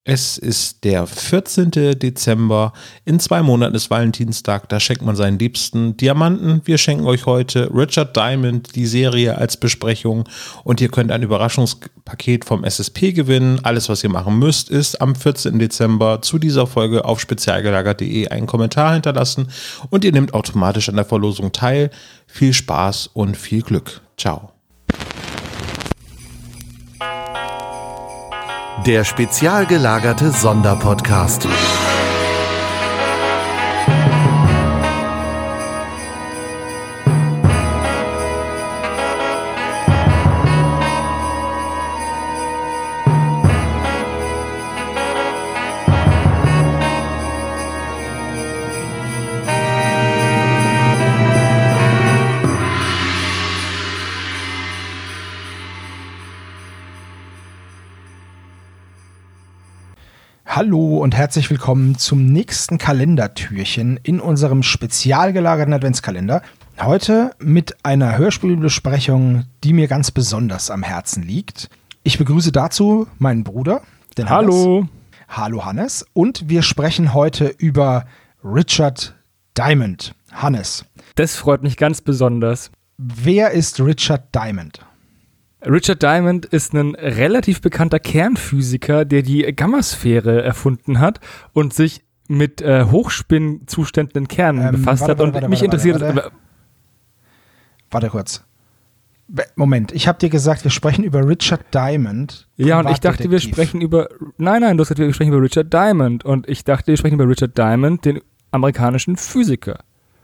Es ist der 14. Dezember. In 2 Monaten ist Valentinstag. Da schenkt man seinen Liebsten Diamanten. Wir schenken euch heute Richard Diamond, die Serie als Besprechung. Und ihr könnt ein Überraschungspaket vom SSP gewinnen. Alles, was ihr machen müsst, ist am 14. Dezember zu dieser Folge auf spezialgelagert.de einen Kommentar hinterlassen. Und ihr nehmt automatisch an der Verlosung teil. Viel Spaß und viel Glück. Ciao. Der spezial gelagerte Sonderpodcast. Hallo und herzlich willkommen zum nächsten Kalendertürchen in unserem spezial gelagerten Adventskalender. Heute mit einer Hörspielbesprechung, die mir ganz besonders am Herzen liegt. Ich begrüße dazu meinen Bruder, den Hallo. Hannes. Hallo Hannes. Und wir sprechen heute über Richard Diamond. Hannes. Das freut mich ganz besonders. Wer ist Richard Diamond? Richard Diamond ist ein relativ bekannter Kernphysiker, der die Gammasphäre erfunden hat und sich mit Hochspinnzuständen in Kernen befasst hat. Und mich interessiert... Warte kurz. Moment, ich habe dir gesagt, wir sprechen über Richard Diamond. Ja, und ich dachte, wir sprechen über... Nein, du hast gesagt, wir sprechen über Richard Diamond. Und ich dachte, wir sprechen über Richard Diamond, den amerikanischen Physiker.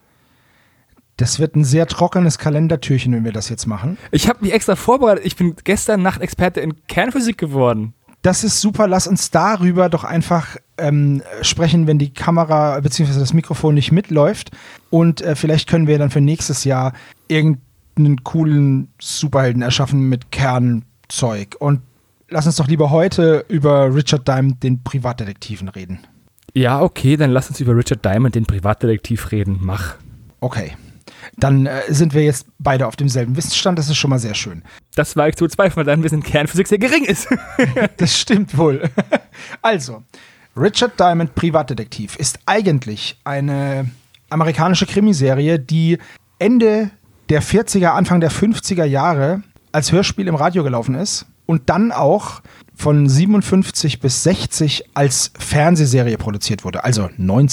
Das wird ein sehr trockenes Kalendertürchen, wenn wir das jetzt machen. Ich habe mich extra vorbereitet. Ich bin gestern Nacht Experte in Kernphysik geworden. Das ist super. Lass uns darüber doch einfach sprechen, wenn die Kamera bzw. das Mikrofon nicht mitläuft. Und vielleicht können wir dann für nächstes Jahr irgendeinen coolen Superhelden erschaffen mit Kernzeug. Und lass uns doch lieber heute über Richard Diamond, den Privatdetektiven, reden. Ja, okay, dann lass uns über Richard Diamond, den Privatdetektiv, reden. Mach. Okay. Dann sind wir jetzt beide auf demselben Wissensstand, das ist schon mal sehr schön. Das war ich zu bezweifeln, weil dein Wissen in Kernphysik sehr gering ist. Das stimmt wohl. Also, Richard Diamond, Privatdetektiv, ist eigentlich eine amerikanische Krimiserie, die Ende der 40er, Anfang der 50er Jahre als Hörspiel im Radio gelaufen ist und dann auch von 57 bis 60 als Fernsehserie produziert wurde, also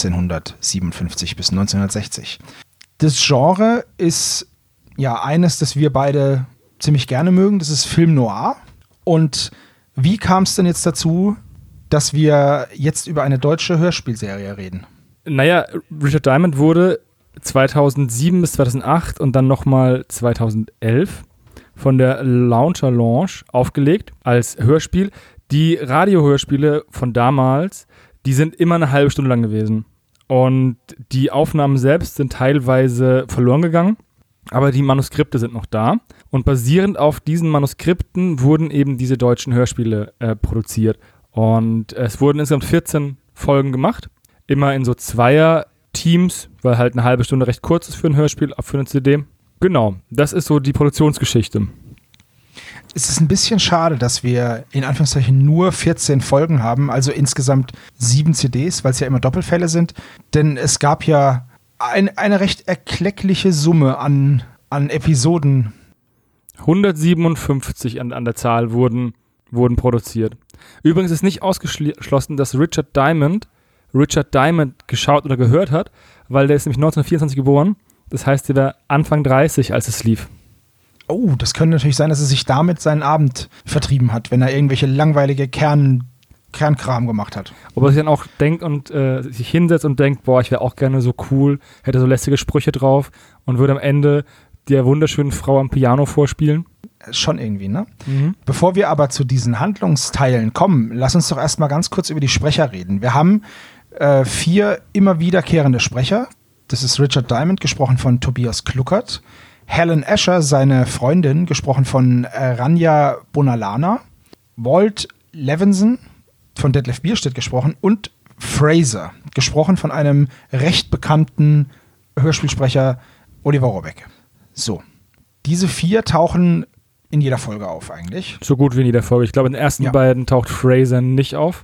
1957 bis 1960. Das Genre ist ja eines, das wir beide ziemlich gerne mögen. Das ist Film Noir. Und wie kam es denn jetzt dazu, dass wir jetzt über eine deutsche Hörspielserie reden? Naja, Richard Diamond wurde 2007 bis 2008 und dann nochmal 2011 von der Launcher Lounge aufgelegt als Hörspiel. Die Radiohörspiele von damals, die sind immer eine halbe Stunde lang gewesen. Und die Aufnahmen selbst sind teilweise verloren gegangen, aber die Manuskripte sind noch da. Und basierend auf diesen Manuskripten wurden eben diese deutschen Hörspiele produziert. Und es wurden insgesamt 14 Folgen gemacht, immer in so Zweier-Teams, weil halt eine halbe Stunde recht kurz ist für ein Hörspiel, für eine CD. Genau, das ist so die Produktionsgeschichte. Es ist ein bisschen schade, dass wir in Anführungszeichen nur 14 Folgen haben, also insgesamt 7 CDs, weil es ja immer Doppelfälle sind. Denn es gab ja eine recht erkleckliche Summe an Episoden. 157 an der Zahl wurden produziert. Übrigens ist nicht ausgeschlossen, dass Richard Diamond geschaut oder gehört hat, weil der ist nämlich 1924 geboren. Das heißt, er war Anfang 30, als es lief. Oh, das könnte natürlich sein, dass er sich damit seinen Abend vertrieben hat, wenn er irgendwelche langweilige Kernkram gemacht hat. Ob er sich dann auch denkt und sich hinsetzt und denkt, boah, ich wäre auch gerne so cool, hätte so lästige Sprüche drauf und würde am Ende der wunderschönen Frau am Piano vorspielen. Schon irgendwie, ne? Mhm. Bevor wir aber zu diesen Handlungsteilen kommen, lass uns doch erstmal ganz kurz über die Sprecher reden. Wir haben 4 immer wiederkehrende Sprecher. Das ist Richard Diamond, gesprochen von Tobias Kluckert. Helen Escher, seine Freundin, gesprochen von Rania Bonalana. Walt Levinson, von Detlef Bierstedt gesprochen. Und Fraser, gesprochen von einem recht bekannten Hörspielsprecher Oliver Rohrbeck. So, diese 4 tauchen in jeder Folge auf eigentlich. So gut wie in jeder Folge. Ich glaube, in den ersten beiden taucht Fraser nicht auf.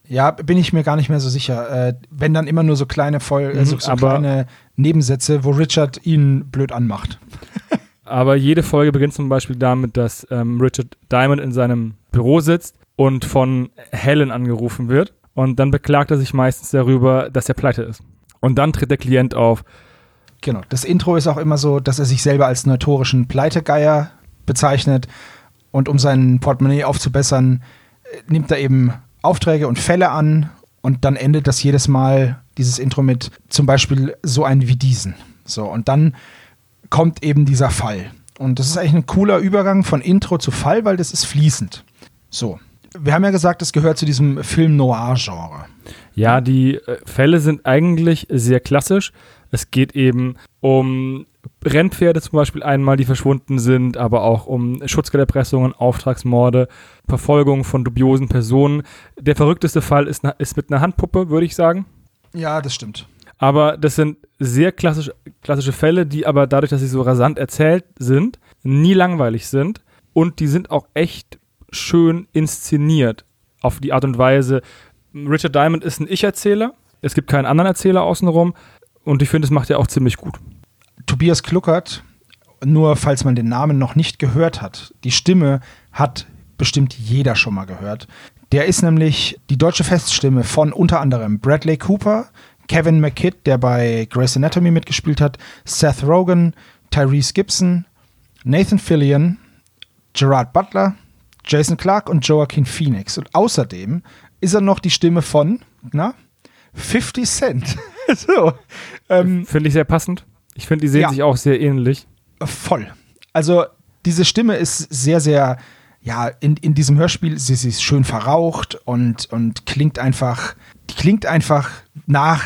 Ja, bin ich mir gar nicht mehr so sicher. Wenn dann immer nur so kleine kleine Nebensätze, wo Richard ihn blöd anmacht. Aber jede Folge beginnt zum Beispiel damit, dass Richard Diamond in seinem Büro sitzt und von Helen angerufen wird. Und dann beklagt er sich meistens darüber, dass er pleite ist. Und dann tritt der Klient auf. Genau. Das Intro ist auch immer so, dass er sich selber als notorischen Pleitegeier bezeichnet. Und um sein Portemonnaie aufzubessern, nimmt er eben Aufträge und Fälle an. Und dann endet das jedes Mal, dieses Intro, mit zum Beispiel so einen wie diesen. So, und dann kommt eben dieser Fall. Und das ist eigentlich ein cooler Übergang von Intro zu Fall, weil das ist fließend. So. Wir haben ja gesagt, das gehört zu diesem Film-Noir-Genre. Ja, die Fälle sind eigentlich sehr klassisch. Es geht eben um Rennpferde zum Beispiel einmal, die verschwunden sind, aber auch um Schutzgelderpressungen, Auftragsmorde, Verfolgung von dubiosen Personen. Der verrückteste Fall ist mit einer Handpuppe, würde ich sagen. Ja, das stimmt. Aber das sind sehr klassische Fälle, die aber dadurch, dass sie so rasant erzählt sind, nie langweilig sind. Und die sind auch echt schön inszeniert auf die Art und Weise. Richard Diamond ist ein Ich-Erzähler. Es gibt keinen anderen Erzähler außenrum. Und ich finde, das macht er auch ziemlich gut. Tobias Kluckert, nur falls man den Namen noch nicht gehört hat, die Stimme hat bestimmt jeder schon mal gehört. Der ist nämlich die deutsche Feststimme von unter anderem Bradley Cooper, Kevin McKidd, der bei Grey's Anatomy mitgespielt hat, Seth Rogen, Tyrese Gibson, Nathan Fillion, Gerard Butler, Jason Clarke und Joaquin Phoenix. Und außerdem ist er noch die Stimme von, 50 Cent. So. Finde ich sehr passend. Ich finde, die sehen sich auch sehr ähnlich. Voll. Also diese Stimme ist sehr, sehr, in diesem Hörspiel, sie ist schön verraucht und klingt einfach nach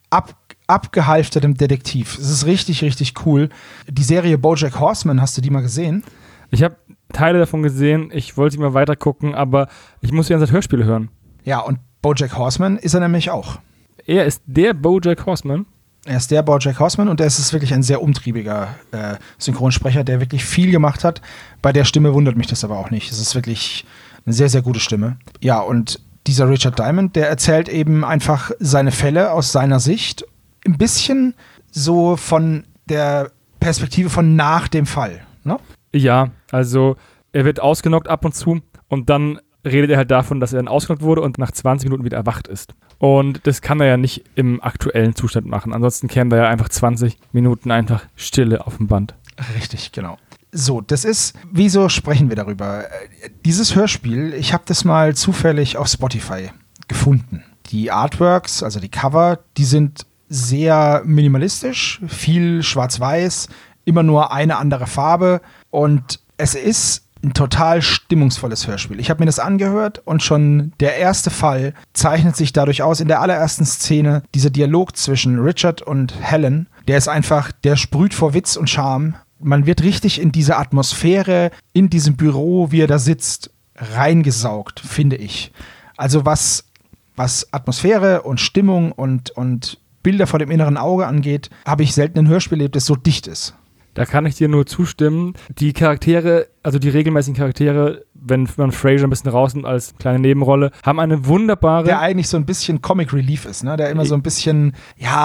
abgehalftertem Detektiv. Es ist richtig, richtig cool. Die Serie BoJack Horseman, hast du die mal gesehen? Ich habe Teile davon gesehen. Ich wollte sie mal weiter gucken, aber ich muss die ganze Zeit Hörspiele hören. Ja, und BoJack Horseman ist er nämlich auch. Er ist der BoJack Horseman? Er ist der BoJack Horseman und er ist wirklich ein sehr umtriebiger Synchronsprecher, der wirklich viel gemacht hat. Bei der Stimme wundert mich das aber auch nicht. Es ist wirklich eine sehr, sehr gute Stimme. Ja, und dieser Richard Diamond, der erzählt eben einfach seine Fälle aus seiner Sicht. Ein bisschen so von der Perspektive von nach dem Fall, ne? Ja, also er wird ausgenockt ab und zu und dann redet er halt davon, dass er dann ausgenockt wurde und nach 20 Minuten wieder erwacht ist. Und das kann er ja nicht im aktuellen Zustand machen. Ansonsten kämen da ja einfach 20 Minuten einfach Stille auf dem Band. Richtig, genau. So, das ist, wieso sprechen wir darüber? Dieses Hörspiel, ich habe das mal zufällig auf Spotify gefunden. Die Artworks, also die Cover, die sind sehr minimalistisch, viel schwarz-weiß, immer nur eine andere Farbe und es ist ein total stimmungsvolles Hörspiel. Ich habe mir das angehört und schon der erste Fall zeichnet sich dadurch aus, in der allerersten Szene, dieser Dialog zwischen Richard und Helen, der sprüht vor Witz und Charme. Man wird richtig in diese Atmosphäre, in diesem Büro, wie er da sitzt, reingesaugt, finde ich. Also was Atmosphäre und Stimmung und Bilder vor dem inneren Auge angeht, habe ich selten ein Hörspiel erlebt, das so dicht ist. Da kann ich dir nur zustimmen. Die Charaktere, also die regelmäßigen Charaktere, wenn man Frasier ein bisschen rausnimmt als kleine Nebenrolle, haben eine wunderbare... Der eigentlich so ein bisschen Comic Relief ist, ne? Der immer so ein bisschen,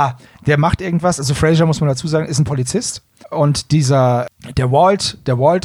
der macht irgendwas. Also Frasier, muss man dazu sagen, ist ein Polizist. Und der Walt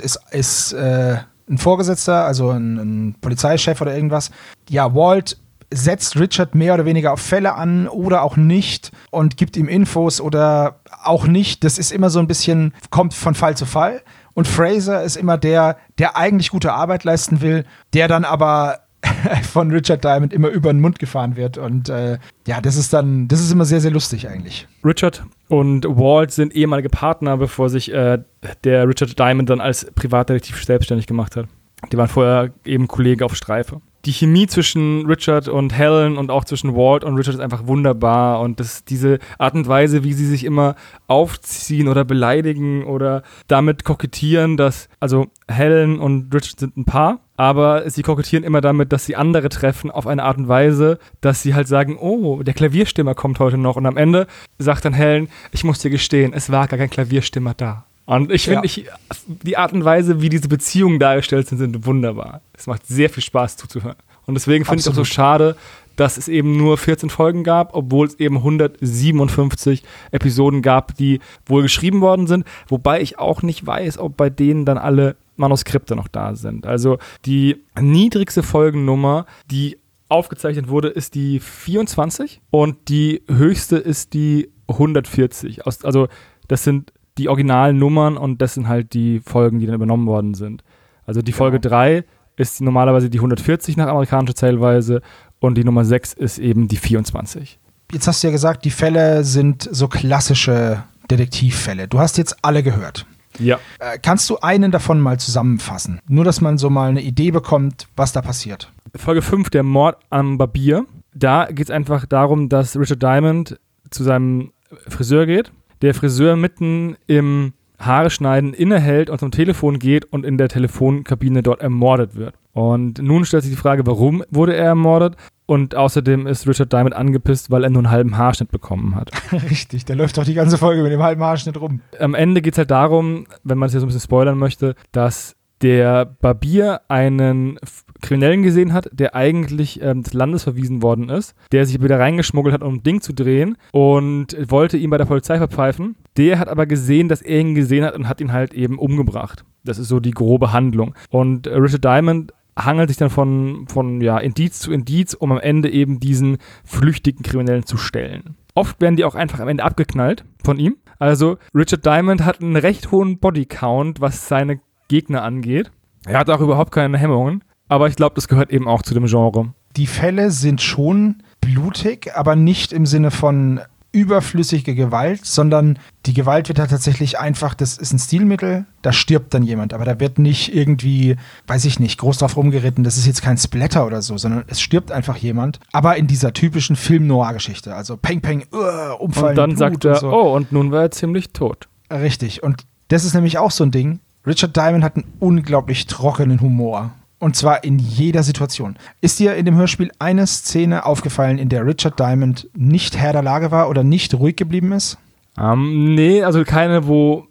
ist ein Vorgesetzter, also ein Polizeichef oder irgendwas. Ja, Walt setzt Richard mehr oder weniger auf Fälle an oder auch nicht und gibt ihm Infos oder auch nicht. Das ist immer so ein bisschen, kommt von Fall zu Fall. Und Fraser ist immer der eigentlich gute Arbeit leisten will, der dann aber von Richard Diamond immer über den Mund gefahren wird. Und das ist immer sehr, sehr lustig eigentlich. Richard und Walt sind ehemalige Partner, bevor sich der Richard Diamond dann als Privatdetektiv selbstständig gemacht hat. Die waren vorher eben Kollegen auf Streife. Die Chemie zwischen Richard und Helen und auch zwischen Walt und Richard ist einfach wunderbar und diese Art und Weise, wie sie sich immer aufziehen oder beleidigen oder damit kokettieren, also Helen und Richard sind ein Paar, aber sie kokettieren immer damit, dass sie andere treffen auf eine Art und Weise, dass sie halt sagen, oh, der Klavierstimmer kommt heute noch und am Ende sagt dann Helen, ich muss dir gestehen, es war gar kein Klavierstimmer da. Und ich finde, die Art und Weise, wie diese Beziehungen dargestellt sind wunderbar. Es macht sehr viel Spaß zuzuhören. Und deswegen finde ich es auch so schade, dass es eben nur 14 Folgen gab, obwohl es eben 157 Episoden gab, die wohl geschrieben worden sind. Wobei ich auch nicht weiß, ob bei denen dann alle Manuskripte noch da sind. Also die niedrigste Folgennummer, die aufgezeichnet wurde, ist die 24 und die höchste ist die 140. Also das sind die originalen Nummern und das sind halt die Folgen, die dann übernommen worden sind. Also die Folge 3 ist normalerweise die 140 nach amerikanischer Zählweise und die Nummer 6 ist eben die 24. Jetzt hast du ja gesagt, die Fälle sind so klassische Detektivfälle. Du hast jetzt alle gehört. Ja. Kannst du einen davon mal zusammenfassen? Nur, dass man so mal eine Idee bekommt, was da passiert. Folge 5, der Mord am Barbier. Da geht es einfach darum, dass Richard Diamond zu seinem Friseur geht. Der Friseur mitten im Haare schneiden innehält und zum Telefon geht und in der Telefonkabine dort ermordet wird. Und nun stellt sich die Frage, warum wurde er ermordet? Und außerdem ist Richard Diamond angepisst, weil er nur einen halben Haarschnitt bekommen hat. Richtig, der läuft doch die ganze Folge mit dem halben Haarschnitt rum. Am Ende geht es halt darum, wenn man es jetzt so ein bisschen spoilern möchte, dass der Barbier einen Kriminellen gesehen hat, der eigentlich des Landes verwiesen worden ist, der sich wieder reingeschmuggelt hat, um ein Ding zu drehen und wollte ihn bei der Polizei verpfeifen. Der hat aber gesehen, dass er ihn gesehen hat und hat ihn halt eben umgebracht. Das ist so die grobe Handlung. Und Richard Diamond hangelt sich dann von Indiz zu Indiz, um am Ende eben diesen flüchtigen Kriminellen zu stellen. Oft werden die auch einfach am Ende abgeknallt von ihm. Also Richard Diamond hat einen recht hohen Bodycount, was seine Gegner angeht. Er hat auch überhaupt keine Hemmungen. Aber ich glaube, das gehört eben auch zu dem Genre. Die Fälle sind schon blutig, aber nicht im Sinne von überflüssige Gewalt, sondern die Gewalt wird da tatsächlich einfach, das ist ein Stilmittel, da stirbt dann jemand, aber da wird nicht irgendwie, weiß ich nicht, groß drauf rumgeritten, das ist jetzt kein Splatter oder so, sondern es stirbt einfach jemand, aber in dieser typischen Film-Noir-Geschichte, also Peng, Peng, Umfall, und dann Blut sagt er, so. oh, und nun war er ziemlich tot. Richtig, und das ist nämlich auch so ein Ding, Richard Diamond hat einen unglaublich trockenen Humor. Und zwar in jeder Situation. Ist dir in dem Hörspiel eine Szene aufgefallen, in der Richard Diamond nicht Herr der Lage war oder nicht ruhig geblieben ist? Nee, also keine,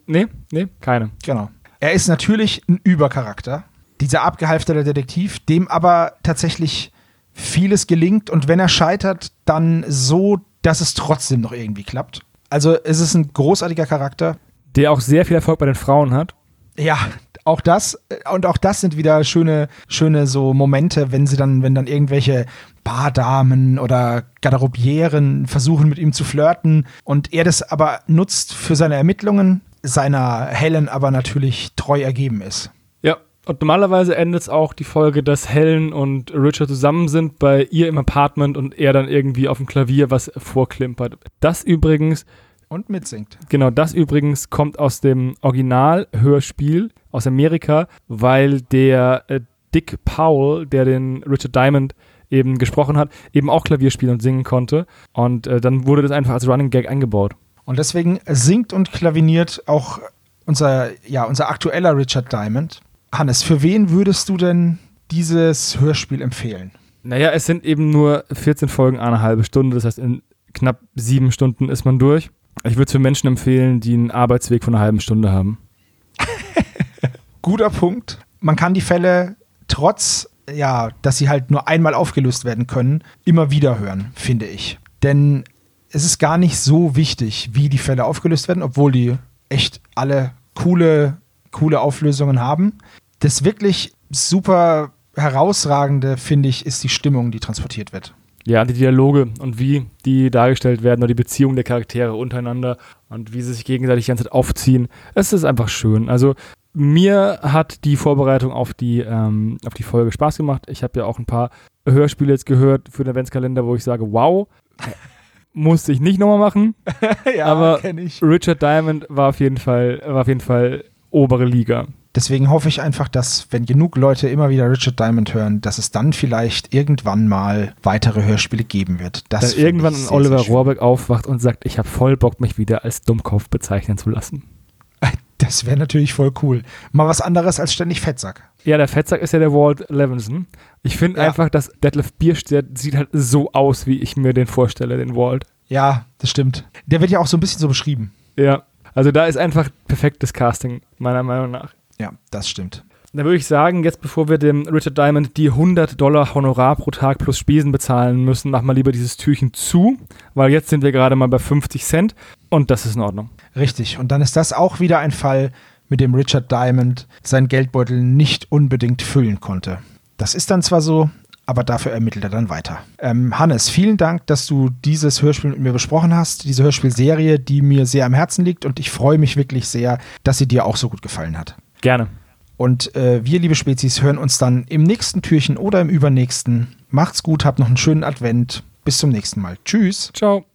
keine. Genau. Er ist natürlich ein Übercharakter. Dieser abgehalfterte Detektiv, dem aber tatsächlich vieles gelingt und wenn er scheitert, dann so, dass es trotzdem noch irgendwie klappt. Also es ist ein großartiger Charakter. Der auch sehr viel Erfolg bei den Frauen hat. Ja, auch das sind wieder schöne so Momente, wenn dann irgendwelche Bardamen oder Garderobieren versuchen mit ihm zu flirten und er das aber nutzt für seine Ermittlungen, seiner Helen aber natürlich treu ergeben ist. Ja, und normalerweise endet es auch die Folge, dass Helen und Richard zusammen sind bei ihr im Apartment und er dann irgendwie auf dem Klavier was vorklimpert. Das übrigens und mitsingt. Genau, das übrigens kommt aus dem Original-Hörspiel aus Amerika, weil der Dick Powell, der den Richard Diamond eben gesprochen hat, eben auch Klavier spielen und singen konnte. Und dann wurde das einfach als Running Gag eingebaut. Und deswegen singt und klaviniert auch unser aktueller Richard Diamond. Hannes, für wen würdest du denn dieses Hörspiel empfehlen? Naja, es sind eben nur 14 Folgen, eine halbe Stunde. Das heißt, in knapp 7 Stunden ist man durch. Ich würde es für Menschen empfehlen, die einen Arbeitsweg von einer halben Stunde haben. Guter Punkt. Man kann die Fälle trotz, dass sie halt nur einmal aufgelöst werden können, immer wieder hören, finde ich. Denn es ist gar nicht so wichtig, wie die Fälle aufgelöst werden, obwohl die echt alle coole Auflösungen haben. Das wirklich super herausragende, finde ich, ist die Stimmung, die transportiert wird. Ja, die Dialoge und wie die dargestellt werden oder die Beziehungen der Charaktere untereinander und wie sie sich gegenseitig die ganze Zeit aufziehen. Es ist einfach schön. Also mir hat die Vorbereitung auf die Folge Spaß gemacht. Ich habe ja auch ein paar Hörspiele jetzt gehört für den Adventskalender, wo ich sage, wow, musste ich nicht nochmal machen. Ja, aber kenn ich. Richard Diamond war auf jeden Fall obere Liga. Deswegen hoffe ich einfach, dass, wenn genug Leute immer wieder Richard Diamond hören, dass es dann vielleicht irgendwann mal weitere Hörspiele geben wird. Dass irgendwann ein Oliver Rohrbeck aufwacht und sagt, ich habe voll Bock, mich wieder als Dummkopf bezeichnen zu lassen. Das wäre natürlich voll cool. Mal was anderes als ständig Fettsack. Ja, der Fettsack ist ja der Walt Levinson. Ich finde einfach, dass Detlef Bierstedt sieht halt so aus, wie ich mir den vorstelle, den Walt. Ja, das stimmt. Der wird ja auch so ein bisschen so beschrieben. Ja, also da ist einfach perfektes Casting, meiner Meinung nach. Ja, das stimmt. Da würde ich sagen, jetzt bevor wir dem Richard Diamond die $100 Honorar pro Tag plus Spesen bezahlen müssen, machen wir lieber dieses Türchen zu, weil jetzt sind wir gerade mal bei 50 Cent und das ist in Ordnung. Richtig, und dann ist das auch wieder ein Fall, mit dem Richard Diamond seinen Geldbeutel nicht unbedingt füllen konnte. Das ist dann zwar so, aber dafür ermittelt er dann weiter. Hannes, vielen Dank, dass du dieses Hörspiel mit mir besprochen hast, diese Hörspielserie, die mir sehr am Herzen liegt und ich freue mich wirklich sehr, dass sie dir auch so gut gefallen hat. Gerne. Und wir, liebe Spezies, hören uns dann im nächsten Türchen oder im übernächsten. Macht's gut, habt noch einen schönen Advent. Bis zum nächsten Mal. Tschüss. Ciao.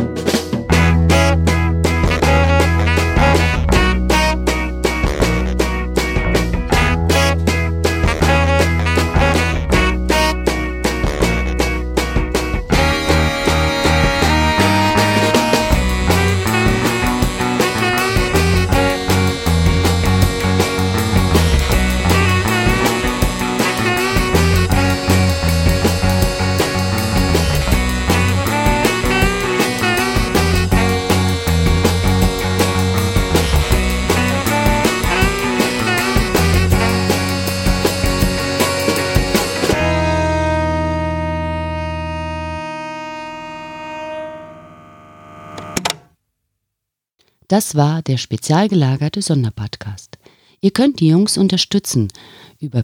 Das war der spezial gelagerte Sonderpodcast. Ihr könnt die Jungs unterstützen über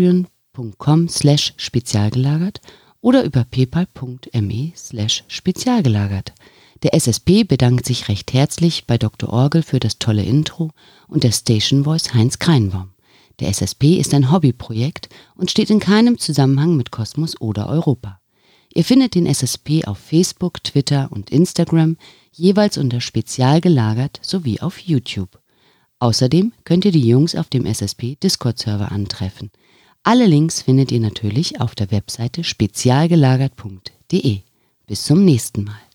patreon.com/spezialgelagert oder über paypal.me/spezialgelagert. Der SSP bedankt sich recht herzlich bei Dr. Orgel für das tolle Intro und der Station Voice Heinz Kreinbaum. Der SSP ist ein Hobbyprojekt und steht in keinem Zusammenhang mit Kosmos oder Europa. Ihr findet den SSP auf Facebook, Twitter und Instagram, jeweils unter Spezial gelagert sowie auf YouTube. Außerdem könnt ihr die Jungs auf dem SSP Discord-Server antreffen. Alle Links findet ihr natürlich auf der Webseite spezialgelagert.de. Bis zum nächsten Mal.